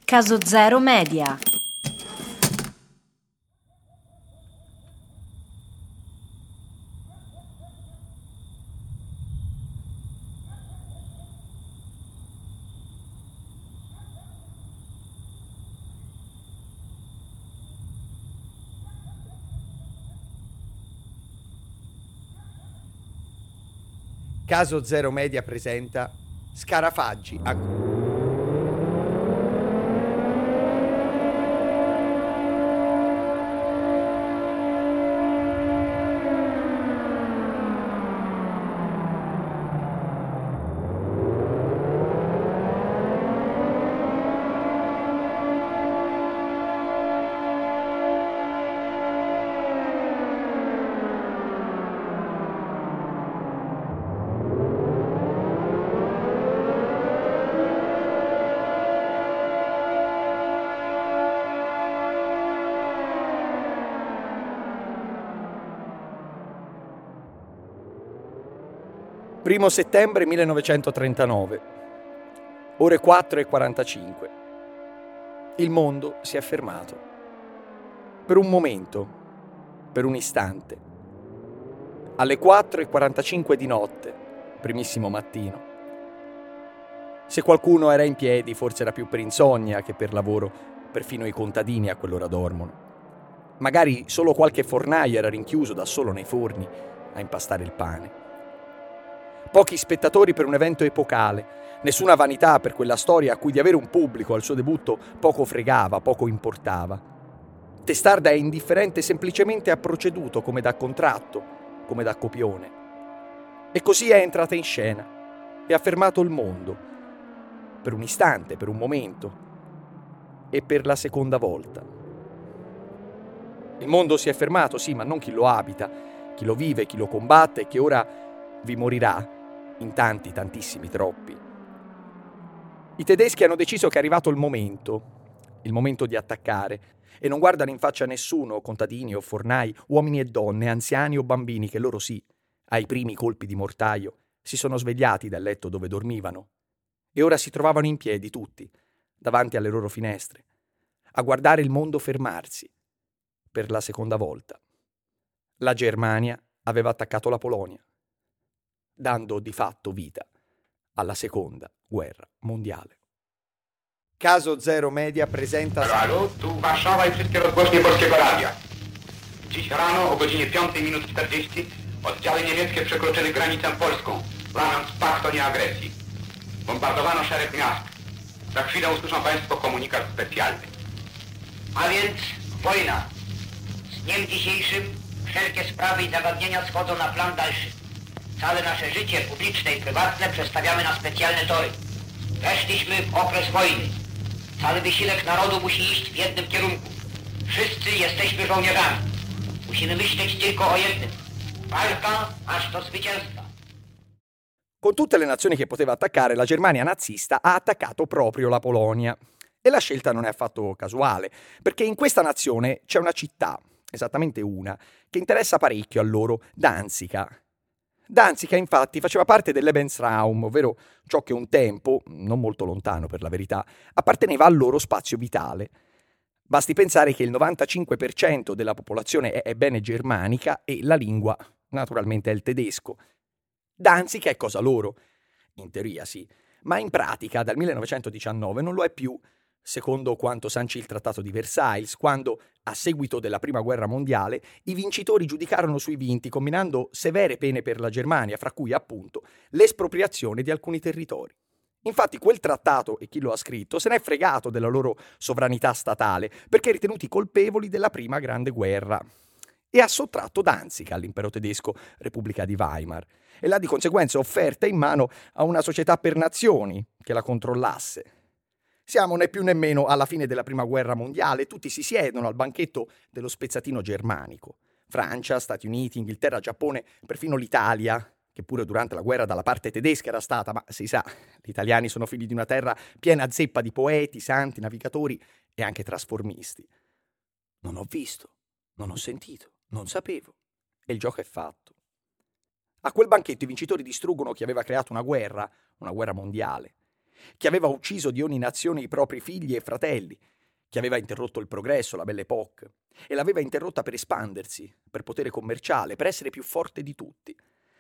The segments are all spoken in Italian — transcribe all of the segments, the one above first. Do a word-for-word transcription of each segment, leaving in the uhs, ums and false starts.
Caso Zero Media. Caso Zero Media presenta Scarafaggi a... Primo settembre millenovecentotrentanove, ore quattro e quarantacinque. Il mondo si è fermato. Per un momento, per un istante. Alle quattro e quarantacinque di notte, primissimo mattino. Se qualcuno era in piedi, forse era più per insonnia che per lavoro, perfino i contadini a quell'ora dormono. Magari solo qualche fornaio era rinchiuso da solo nei forni a impastare il pane. Pochi spettatori per un evento epocale, nessuna vanità per quella storia a cui di avere un pubblico al suo debutto poco fregava, poco importava. Testarda è indifferente semplicemente ha proceduto come da contratto, come da copione. E così è entrata in scena e ha fermato il mondo, per un istante, per un momento, e per la seconda volta. Il mondo si è fermato, sì, ma non chi lo abita, chi lo vive, chi lo combatte e che ora vi morirà. In tanti, tantissimi, troppi. I tedeschi hanno deciso che è arrivato il momento, il momento di attaccare, e non guardano in faccia a nessuno, contadini o fornai, uomini e donne, anziani o bambini, che loro sì, ai primi colpi di mortaio, si sono svegliati dal letto dove dormivano, e ora si trovavano in piedi tutti, davanti alle loro finestre, a guardare il mondo fermarsi, per la seconda volta. La Germania aveva attaccato la Polonia, dando di fatto vita alla seconda guerra mondiale. Caso Zero Media presenta... Halo, tu Warszawa i wszystkie rozgłośnie Polskiego Radia. Dziś rano o godzinie piątej minut czterdzieści oddziały niemieckie przekroczyły granicę polską, łamiąc pakt o nieagresji. Bombardowano szereg miast. Za chwilę usłyszą Państwo komunikat specjalny. A więc wojna. Z dniem dzisiejszym wszelkie sprawy i zagadnienia schodzą na plan dalszy. Całe nasze życie publiczne i prywatne przestawiamy na specjalne tory. Weszliśmy w okres wojny. Cały wysiłek narodu musi iść w jednym kierunku. Wszyscy jesteśmy żołnierzami. Musimy myśleć tylko o jednym. Walka aż do zwycięstwa. Con tutte le nazioni che poteva attaccare, la Germania nazista ha attaccato proprio la Polonia. E la scelta non è affatto casuale, perché in questa nazione c'è una città, esattamente una, che interessa parecchio a loro, Danzica. Danzica, infatti, faceva parte del Lebensraum, ovvero ciò che un tempo, non molto lontano per la verità, apparteneva al loro spazio vitale. Basti pensare che il novantacinque per cento della popolazione è, è bene germanica e la lingua, naturalmente, è il tedesco. Danzica è cosa loro. In teoria sì, ma in pratica dal millenovecentodiciannove non lo è più, secondo quanto sancì il Trattato di Versailles, quando, a seguito della Prima Guerra Mondiale, i vincitori giudicarono sui vinti, combinando severe pene per la Germania, fra cui, appunto, l'espropriazione di alcuni territori. Infatti quel trattato, e chi lo ha scritto, se n'è fregato della loro sovranità statale, perché ritenuti colpevoli della Prima Grande Guerra, e ha sottratto Danzica all'impero tedesco, Repubblica di Weimar, e l'ha di conseguenza offerta in mano a una società per nazioni che la controllasse. Siamo né più né meno alla fine della Prima Guerra Mondiale, tutti si siedono al banchetto dello spezzatino germanico. Francia, Stati Uniti, Inghilterra, Giappone, perfino l'Italia, che pure durante la guerra dalla parte tedesca era stata, ma si sa, gli italiani sono figli di una terra piena zeppa di poeti, santi, navigatori e anche trasformisti. Non ho visto, non ho sentito, non sapevo. E il gioco è fatto. A quel banchetto i vincitori distruggono chi aveva creato una guerra, una guerra mondiale. chi aveva ucciso di ogni nazione i propri figli e fratelli, chi aveva interrotto il progresso, la Belle Époque, e l'aveva interrotta per espandersi, per potere commerciale, per essere più forte di tutti.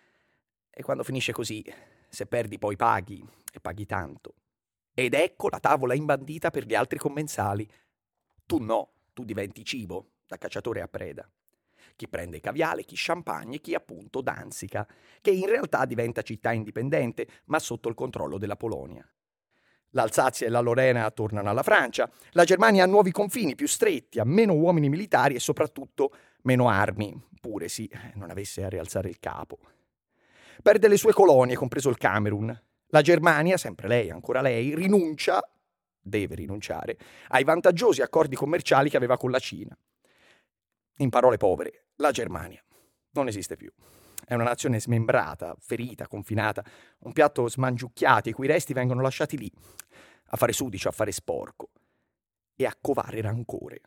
E quando finisce così, se perdi poi paghi, e paghi tanto. Ed ecco la tavola imbandita per gli altri commensali. Tu no, tu diventi cibo, da cacciatore a preda. Chi prende caviale, chi champagne, chi appunto Danzica, che in realtà diventa città indipendente, ma sotto il controllo della Polonia. L'Alsazia e la Lorena tornano alla Francia, la Germania ha nuovi confini più stretti, ha meno uomini militari e soprattutto meno armi, pure sì, non avesse a rialzare il capo. Perde le sue colonie, compreso il Camerun. La Germania, sempre lei, ancora lei, rinuncia, deve rinunciare, ai vantaggiosi accordi commerciali che aveva con la Cina. In parole povere, la Germania non esiste più. È una nazione smembrata, ferita, confinata, un piatto smangiucchiato i cui resti vengono lasciati lì, a fare sudicio, a fare sporco e a covare rancore.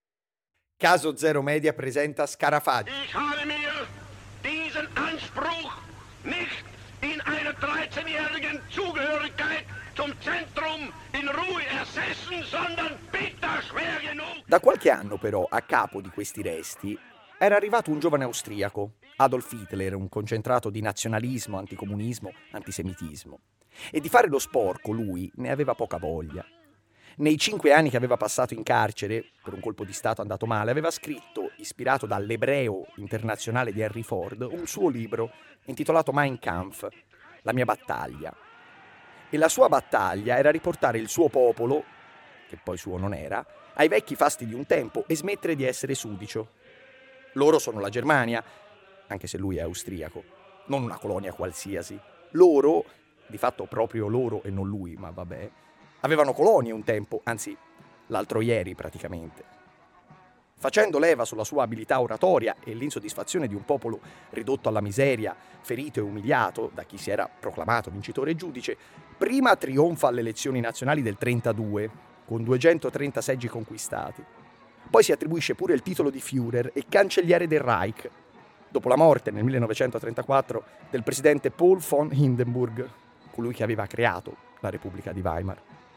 Caso Zero Media presenta Scarafaggi. Ich habe mir diesen Anspruch nicht in einer dreizehnjährigen Zugehörigkeit zum Zentrum in Ruhe ersessen, sondern bitter schwer genug. Da qualche anno però, a capo di questi resti, era arrivato un giovane austriaco, Adolf Hitler, un concentrato di nazionalismo, anticomunismo, antisemitismo. E di fare lo sporco lui ne aveva poca voglia. Nei cinque anni che aveva passato in carcere, per un colpo di stato andato male, aveva scritto, ispirato dall'ebreo internazionale di Henry Ford, un suo libro intitolato Mein Kampf, la mia battaglia. E la sua battaglia era riportare il suo popolo, che poi suo non era, ai vecchi fasti di un tempo e smettere di essere sudicio. Loro sono la Germania, anche se lui è austriaco, non una colonia qualsiasi. Loro, di fatto proprio loro e non lui, ma vabbè, avevano colonie un tempo, anzi, l'altro ieri praticamente. Facendo leva sulla sua abilità oratoria e l'insoddisfazione di un popolo ridotto alla miseria, ferito e umiliato da chi si era proclamato vincitore e giudice, prima trionfa alle elezioni nazionali del trentadue, con duecentotrenta seggi conquistati. Poi si attribuisce pure il titolo di Führer e cancelliere del Reich, dopo la morte nel millenovecentotrentaquattro del presidente Paul von Hindenburg, colui che aveva creato la Repubblica di Weimar.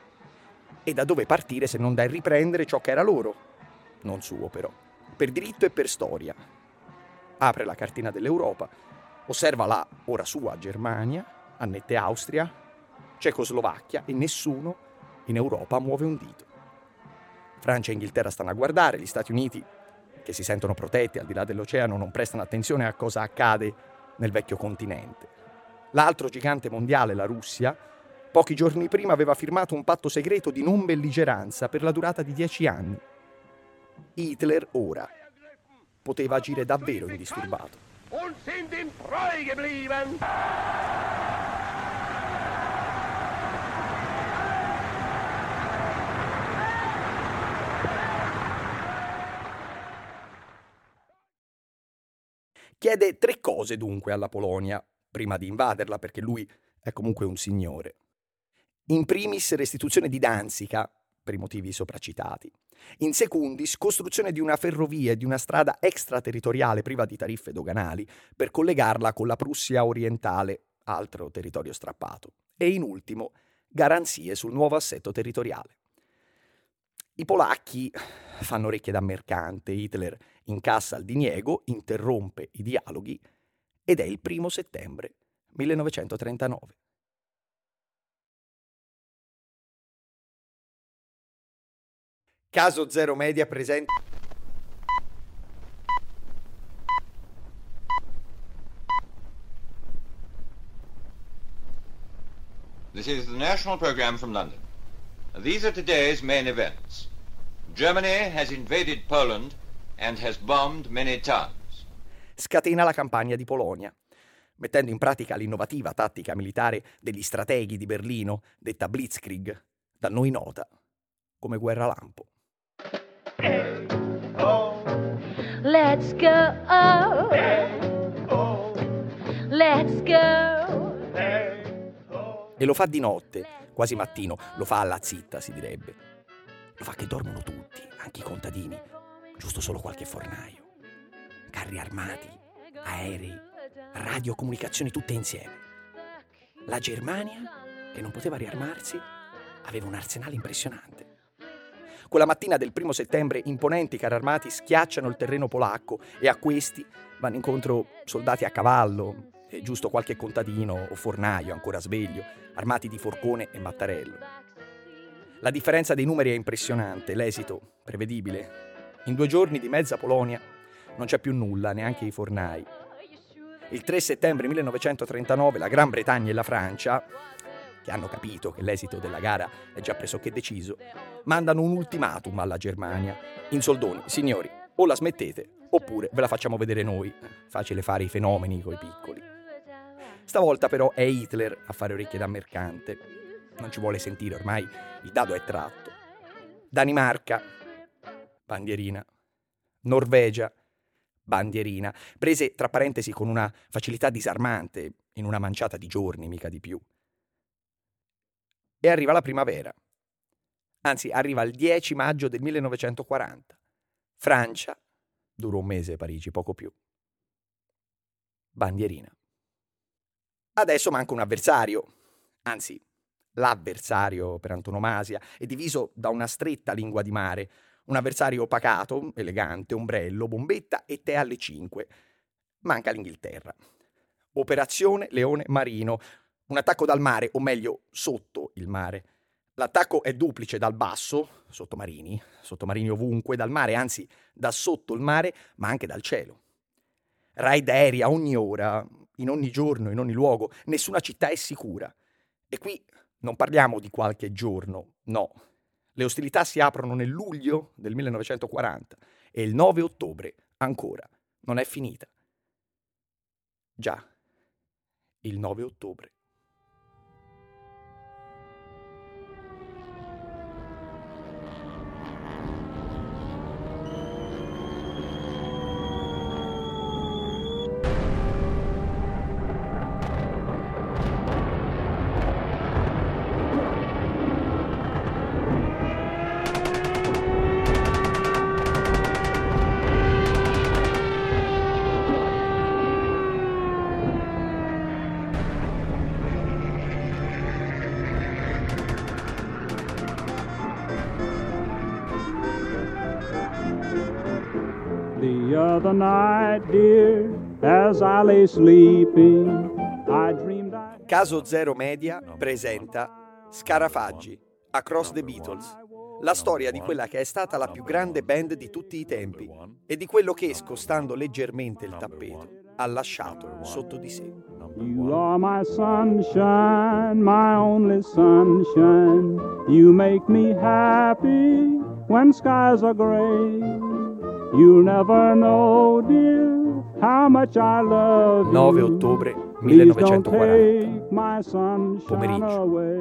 E da dove partire se non dal riprendere ciò che era loro? Non suo però, per diritto e per storia. Apre la cartina dell'Europa, osserva la, ora sua, Germania, annette Austria, Cecoslovacchia e nessuno in Europa muove un dito. Francia e Inghilterra stanno a guardare, gli Stati Uniti, che si sentono protetti al di là dell'oceano, non prestano attenzione a cosa accade nel vecchio continente. L'altro gigante mondiale, la Russia, pochi giorni prima aveva firmato un patto segreto di non belligeranza per la durata di dieci anni. Hitler ora poteva agire davvero indisturbato. Und sind ihm treu geblieben. Chiede tre cose dunque alla Polonia, prima di invaderla, perché lui è comunque un signore. In primis restituzione di Danzica, per i motivi sopracitati. In secundis costruzione di una ferrovia e di una strada extraterritoriale priva di tariffe doganali per collegarla con la Prussia orientale, altro territorio strappato. E in ultimo garanzie sul nuovo assetto territoriale. I polacchi fanno orecchie da mercante, Hitler incassa il diniego, interrompe i dialoghi ed è il primo settembre millenovecentotrentanove. Caso Zero Media presenta This is the national program from London. These are today's main events. Germany has invaded Poland and has bombed many towns. Scatena la campagna di Polonia, mettendo in pratica l'innovativa tattica militare degli strateghi di Berlino, detta Blitzkrieg, da noi nota come guerra lampo. Let's go, let's go. E lo fa di notte, quasi mattino, lo fa alla zitta, si direbbe. Lo fa che dormono tutti, anche i contadini, giusto solo qualche fornaio. Carri armati, aerei, radiocomunicazioni tutte insieme. La Germania che non poteva riarmarsi, aveva un arsenale impressionante. Quella mattina del primo settembre imponenti carri armati schiacciano il terreno polacco e a questi vanno incontro soldati a cavallo e giusto qualche contadino o fornaio ancora sveglio, armati di forcone e mattarello. La differenza dei numeri è impressionante, l'esito prevedibile. In due giorni di mezza Polonia non c'è più nulla, neanche i fornai. Il tre settembre millenovecentotrentanove la Gran Bretagna e la Francia, che hanno capito che l'esito della gara è già pressoché deciso, mandano un ultimatum alla Germania. In soldoni, signori, o la smettete oppure ve la facciamo vedere noi. Facile fare i fenomeni coi piccoli. Stavolta però è Hitler a fare orecchie da mercante. Non ci vuole sentire, ormai il dado è tratto. Danimarca, bandierina. Norvegia, bandierina. Prese tra parentesi con una facilità disarmante, in una manciata di giorni, mica di più. E arriva la primavera. Anzi, arriva il dieci maggio del millenovecentoquaranta. Francia, dura un mese Parigi, poco più. Bandierina. Adesso manca un avversario, anzi, l'avversario per antonomasia, è diviso da una stretta lingua di mare, un avversario pacato, elegante, ombrello, bombetta e tè alle cinque. Manca l'Inghilterra. Operazione Leone Marino, un attacco dal mare, o meglio, sotto il mare. L'attacco è duplice dal basso, sottomarini, sottomarini ovunque, dal mare, anzi, da sotto il mare, ma anche dal cielo. Raid aerei a ogni ora, in ogni giorno, in ogni luogo, nessuna città è sicura. E qui non parliamo di qualche giorno, no. Le ostilità si aprono nel luglio del millenovecentoquaranta e il nove ottobre ancora non è finita. Già, il nove ottobre. The other night, dear, as I lay sleeping, I dreamed I... Caso Zero Media presenta Scarafaggi, Across the Beatles, la storia di quella che è stata la più grande band di tutti i tempi e di quello che, scostando leggermente il tappeto, ha lasciato sotto di sé. You are my sunshine, my only sunshine. You make me happy when skies are gray. You'll never know, dear, how much I love you. nove ottobre millenovecentoquaranta. Pomeriggio.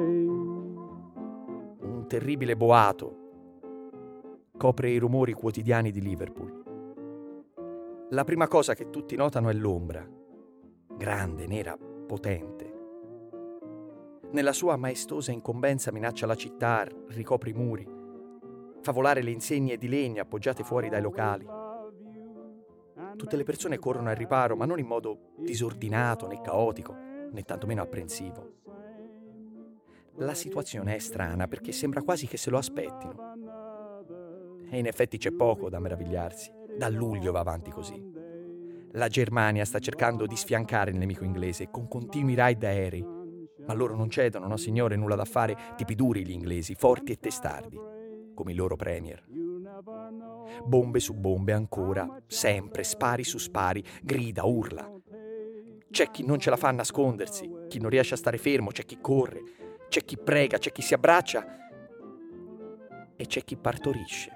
Un terribile boato copre i rumori quotidiani di Liverpool. La prima cosa che tutti notano è l'ombra, grande, nera, potente. Nella sua maestosa incombenza minaccia la città, ricopre i muri, fa volare le insegne di legna appoggiate fuori dai locali. Tutte le persone corrono al riparo, ma non in modo disordinato né caotico, né tantomeno apprensivo. La situazione è strana perché sembra quasi che se lo aspettino. E in effetti c'è poco da meravigliarsi. Da luglio va avanti così. La Germania sta cercando di sfiancare il nemico inglese con continui raid aerei, ma loro non cedono, no signore, nulla da fare, tipi duri gli inglesi, forti e testardi, come il loro premier. Bombe su bombe ancora, sempre, spari su spari, grida, urla. C'è chi non ce la fa a nascondersi, chi non riesce a stare fermo, c'è chi corre, c'è chi prega, c'è chi si abbraccia e c'è chi partorisce.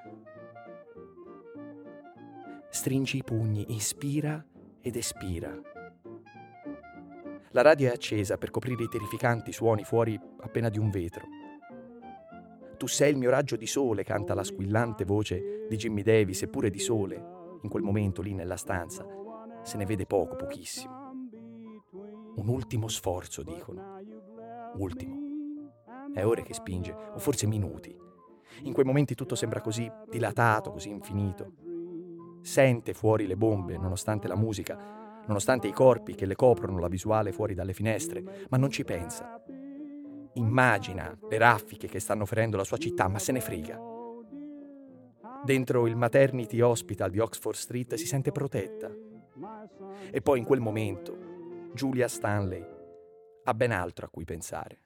Stringi i pugni, inspira ed espira. La radio è accesa per coprire i terrificanti suoni fuori appena di un vetro. Tu sei il mio raggio di sole, canta la squillante voce di Jimmy Davis, eppure di sole, in quel momento lì nella stanza, se ne vede poco, pochissimo. Un ultimo sforzo, dicono. Ultimo. È ore che spinge, o forse minuti. In quei momenti tutto sembra così dilatato, così infinito. Sente fuori le bombe, nonostante la musica, nonostante i corpi che le coprono la visuale fuori dalle finestre, ma non ci pensa. immagina le raffiche che stanno ferendo la sua città, ma se ne frega. Dentro il maternity hospital di Oxford Street si sente protetta. E poi in quel momento Julia Stanley ha ben altro a cui pensare.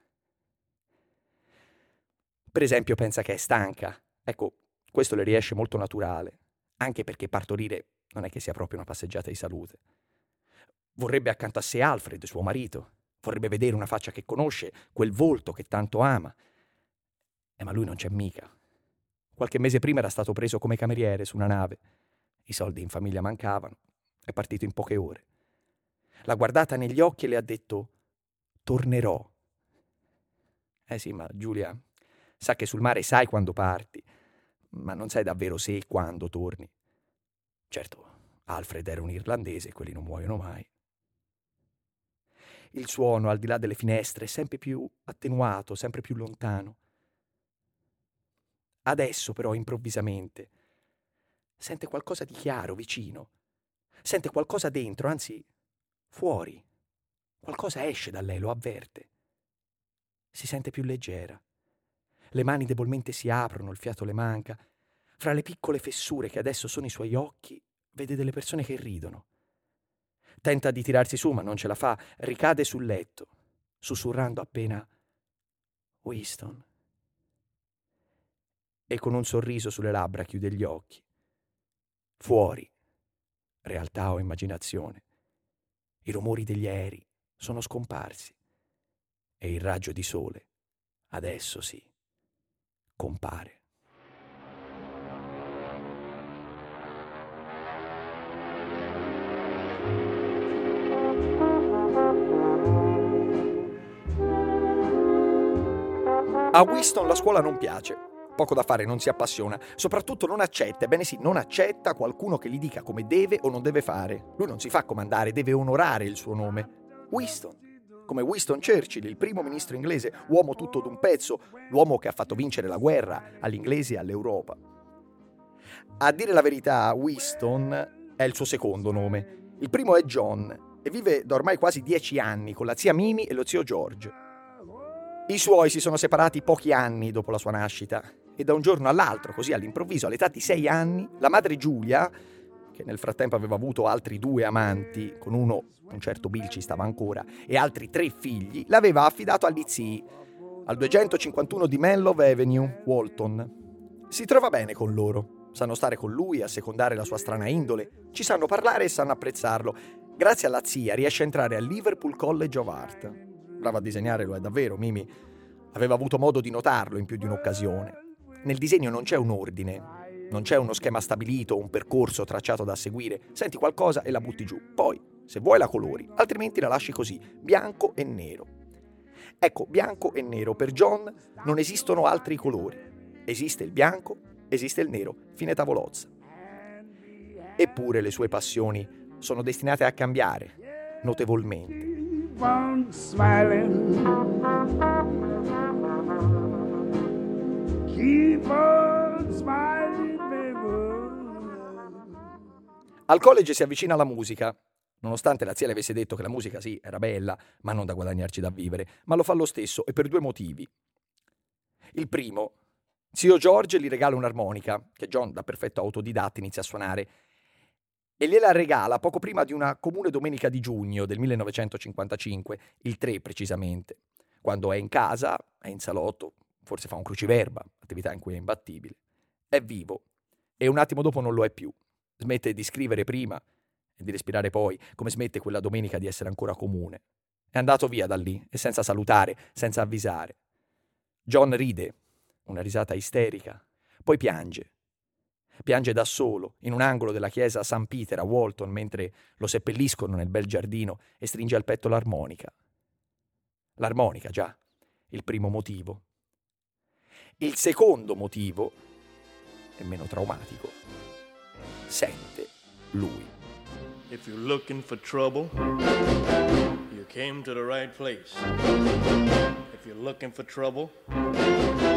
Per esempio pensa che è stanca. Ecco, questo le riesce molto naturale, anche perché partorire non è che sia proprio una passeggiata di salute. Vorrebbe accanto a sé Alfred, suo marito. Vorrebbe vedere una faccia che conosce, quel volto che tanto ama. Eh, ma lui non c'è mica. Qualche mese prima era stato preso come cameriere su una nave. I soldi in famiglia mancavano. È partito in poche ore. L'ha guardata negli occhi e le ha detto: tornerò. Eh sì, ma Giulia sa che sul mare sai quando parti, ma non sai davvero se e quando torni. Certo, Alfred era un irlandese e quelli non muoiono mai. Il suono al di là delle finestre è sempre più attenuato, sempre più lontano. Adesso però, improvvisamente, sente qualcosa di chiaro, vicino. Sente qualcosa dentro, anzi, fuori. Qualcosa esce da lei, lo avverte. Si sente più leggera. Le mani debolmente si aprono, il fiato le manca. Fra le piccole fessure che adesso sono i suoi occhi, vede delle persone che ridono. Tenta di tirarsi su, ma non ce la fa. Ricade sul letto, sussurrando appena Winston. E con un sorriso sulle labbra chiude gli occhi. Fuori, realtà o immaginazione, i rumori degli aerei sono scomparsi e il raggio di sole, adesso sì, compare. A Winston la scuola non piace. Poco da fare, non si appassiona, soprattutto non accetta, ebbene sì, non accetta qualcuno che gli dica come deve o non deve fare. Lui non si fa comandare, deve onorare il suo nome. Winston, come Winston Churchill, il primo ministro inglese, uomo tutto d'un pezzo, l'uomo che ha fatto vincere la guerra agli inglesi e all'Europa. A dire la verità, Winston è il suo secondo nome. Il primo è John e vive da ormai quasi dieci anni con la zia Mimi e lo zio George. I suoi si sono separati pochi anni dopo la sua nascita e da un giorno all'altro, così all'improvviso, all'età di sei anni, la madre Giulia, che nel frattempo aveva avuto altri due amanti, con uno, un certo Bill ci stava ancora, e altri tre figli, l'aveva affidato agli zii, al duecentocinquantuno di Menlove Avenue, Walton. Si trova bene con loro, sanno stare con lui, assecondare la sua strana indole, ci sanno parlare e sanno apprezzarlo. Grazie alla zia riesce a entrare al Liverpool College of Art. Brava a disegnare, lo è davvero, Mimi aveva avuto modo di notarlo in più di un'occasione. Nel disegno non c'è un ordine, non c'è uno schema stabilito, un percorso tracciato da seguire. Senti qualcosa e la butti giù. Poi, se vuoi la colori, altrimenti la lasci così, bianco e nero. Ecco, bianco e nero. Per John non esistono altri colori. Esiste il bianco, esiste il nero. Fine tavolozza. Eppure le sue passioni sono destinate a cambiare, notevolmente. Keep on smiling. Keep on smiling, baby. Al college si avvicina alla musica, nonostante la zia le avesse detto che la musica sì, era bella, ma non da guadagnarci da vivere, ma lo fa lo stesso e per due motivi. Il primo, zio George gli regala un'armonica, che John, da perfetto autodidatta, inizia a suonare, e gliela regala poco prima di una comune domenica di giugno del millenovecentocinquantacinque, il tre precisamente, quando è in casa, è in salotto, forse fa un cruciverba, attività in cui è imbattibile, è vivo e un attimo dopo non lo è più, smette di scrivere prima e di respirare poi, come smette quella domenica di essere ancora comune. È andato via da lì e senza salutare, senza avvisare. John ride, una risata isterica, poi piange. Piange da solo, in un angolo della chiesa San Peter a Walton, mentre lo seppelliscono nel bel giardino e stringe al petto l'armonica. L'armonica, già, il primo motivo. Il secondo motivo è meno traumatico. Sente lui. If you're looking for trouble, you came to the right place. If you're looking for trouble,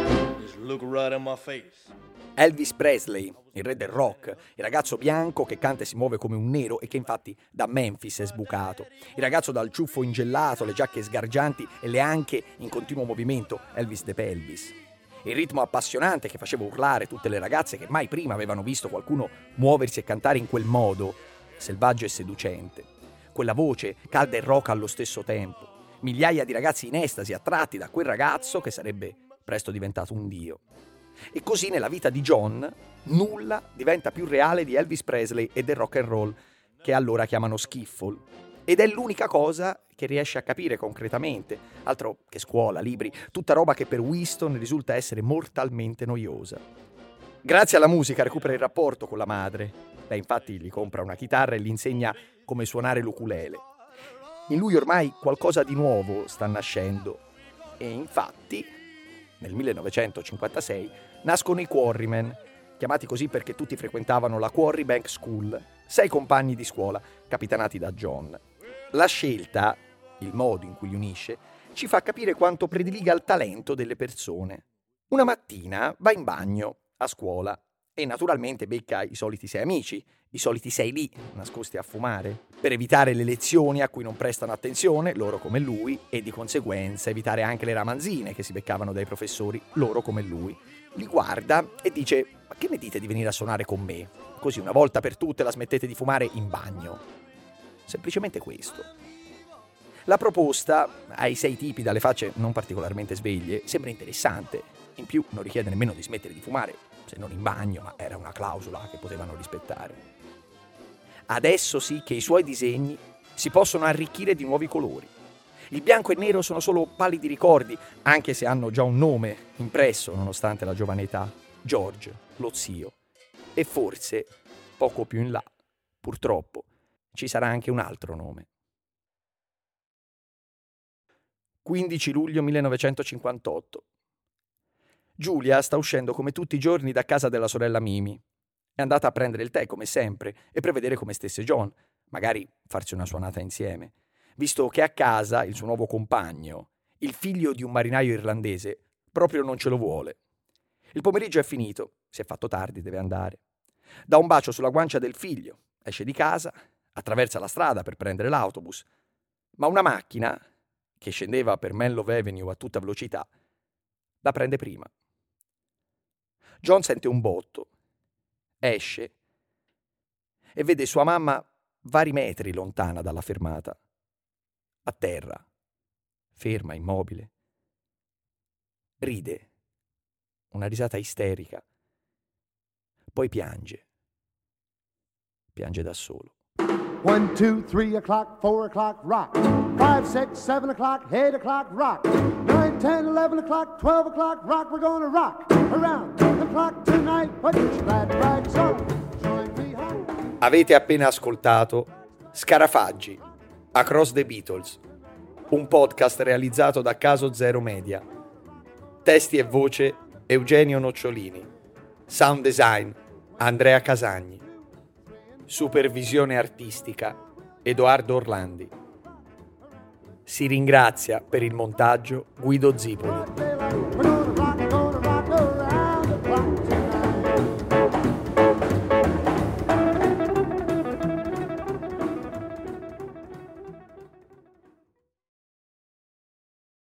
Just look right in my face. Elvis Presley, il re del rock, il ragazzo bianco che canta e si muove come un nero e che infatti da Memphis è sbucato. Il ragazzo dal ciuffo ingellato, le giacche sgargianti e le anche in continuo movimento, Elvis de Pelvis. Il ritmo appassionante che faceva urlare tutte le ragazze che mai prima avevano visto qualcuno muoversi e cantare in quel modo, selvaggio e seducente. Quella voce, calda e roca allo stesso tempo. Migliaia di ragazzi in estasi attratti da quel ragazzo che sarebbe presto diventato un dio. E così nella vita di John nulla diventa più reale di Elvis Presley e del rock and roll, che allora chiamano skiffle. Ed è l'unica cosa che riesce a capire concretamente, altro che scuola, libri, tutta roba che per Winston risulta essere mortalmente noiosa. Grazie alla musica recupera il rapporto con la madre. Lei infatti gli compra una chitarra e gli insegna come suonare l'ukulele. In lui ormai qualcosa di nuovo sta nascendo e infatti nel millenovecentocinquantasei nascono i Quarrymen, chiamati così perché tutti frequentavano la Quarry Bank School, sei compagni di scuola capitanati da John. La scelta, il modo in cui li unisce, ci fa capire quanto prediliga il talento delle persone. Una mattina va in bagno a scuola e naturalmente becca i soliti sei amici, i soliti sei lì, nascosti a fumare, per evitare le lezioni a cui non prestano attenzione, loro come lui, e di conseguenza evitare anche le ramanzine che si beccavano dai professori, loro come lui. Li guarda e dice: ma che ne dite di venire a suonare con me? Così una volta per tutte la smettete di fumare in bagno. Semplicemente questo. La proposta, ai sei tipi dalle facce non particolarmente sveglie, sembra interessante. In più non richiede nemmeno di smettere di fumare, se non in bagno, ma era una clausola che potevano rispettare. Adesso sì che i suoi disegni si possono arricchire di nuovi colori. Il bianco e il nero sono solo pallidi ricordi, anche se hanno già un nome impresso nonostante la giovane età: George, lo zio. E forse, poco più in là, purtroppo, ci sarà anche un altro nome. quindici luglio millenovecentocinquantotto. Giulia sta uscendo come tutti i giorni da casa della sorella Mimi. È andata a prendere il tè come sempre e prevedere come stesse John, magari farsi una suonata insieme, visto che a casa il suo nuovo compagno, il figlio di un marinaio irlandese, proprio non ce lo vuole. Il pomeriggio è finito, si è fatto tardi, deve andare. Dà un bacio sulla guancia del figlio, esce di casa, attraversa la strada per prendere l'autobus, ma una macchina, che scendeva per Menlove Avenue a tutta velocità, la prende prima. John sente un botto, esce e vede sua mamma vari metri lontana dalla fermata, a terra, ferma, immobile. Ride, una risata isterica, poi piange, piange da solo. One, two, three o'clock, four o'clock, rock. Five, six, seven o'clock, eight o'clock, rock. Nine, ten, eleven o'clock, twelve o'clock, rock. We're gonna rock around the clock tonight. Put your glad rags on. Join me home. Avete appena ascoltato Scarafaggi, Across the Beatles, un podcast realizzato da Caso Zero Media. Testi e voce Eugenio Nocciolini. Sound design Andrea Casagni. Supervisione artistica Edoardo Orlandi. Si ringrazia per il montaggio Guido Zipoli.